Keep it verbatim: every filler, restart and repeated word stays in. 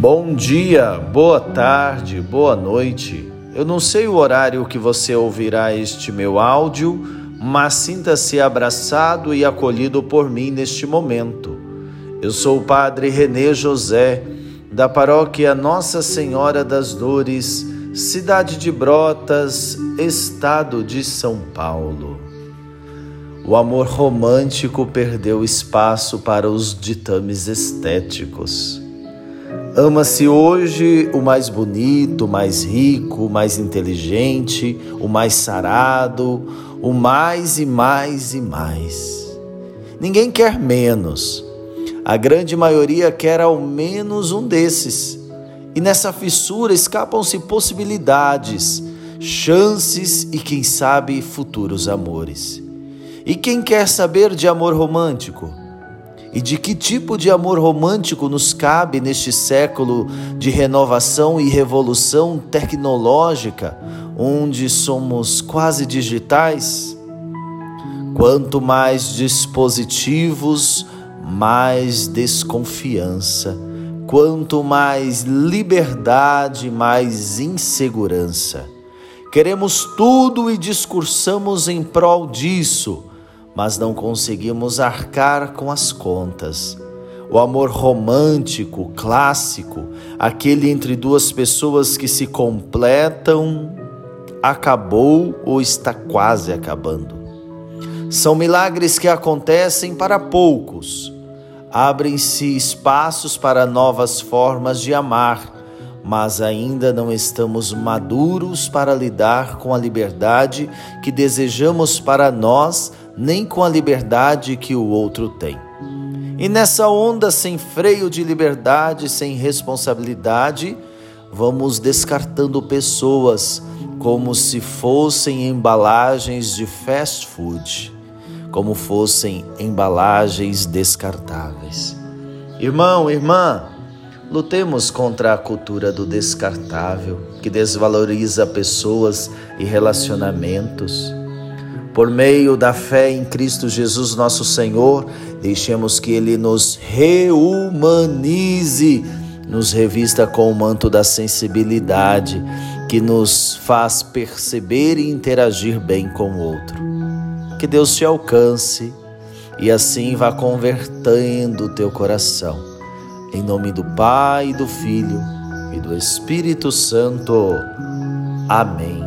Bom dia, boa tarde, boa noite. Eu não sei o horário que você ouvirá este meu áudio, mas sinta-se abraçado e acolhido por mim neste momento. Eu sou o Padre René José, da paróquia Nossa Senhora das Dores, cidade de Brotas, estado de São Paulo. O amor romântico perdeu espaço para os ditames estéticos. Ama-se hoje o mais bonito, o mais rico, o mais inteligente, o mais sarado, o mais e mais e mais. Ninguém quer menos. A grande maioria quer ao menos um desses. E nessa fissura escapam-se possibilidades, chances e, quem sabe, futuros amores. E quem quer saber de amor romântico? E de que tipo de amor romântico nos cabe neste século de renovação e revolução tecnológica, onde somos quase digitais? Quanto mais dispositivos, mais desconfiança. Quanto mais liberdade, mais insegurança. Queremos tudo e discursamos em prol disso, mas não conseguimos arcar com as contas. O amor romântico, clássico, aquele entre duas pessoas que se completam, acabou ou está quase acabando. São milagres que acontecem para poucos. Abrem-se espaços para novas formas de amar, mas ainda não estamos maduros para lidar com a liberdade que desejamos para nós, nem com a liberdade que o outro tem. E nessa onda sem freio de liberdade, sem responsabilidade, vamos descartando pessoas como se fossem embalagens de fast food, como fossem embalagens descartáveis. Irmão, irmã, lutemos contra a cultura do descartável, que desvaloriza pessoas e relacionamentos. Por meio da fé em Cristo Jesus nosso Senhor, deixemos que Ele nos reumanize, nos revista com o manto da sensibilidade, que nos faz perceber e interagir bem com o outro. Que Deus te alcance e assim vá convertendo o teu coração. Em nome do Pai, do Filho e do Espírito Santo. Amém.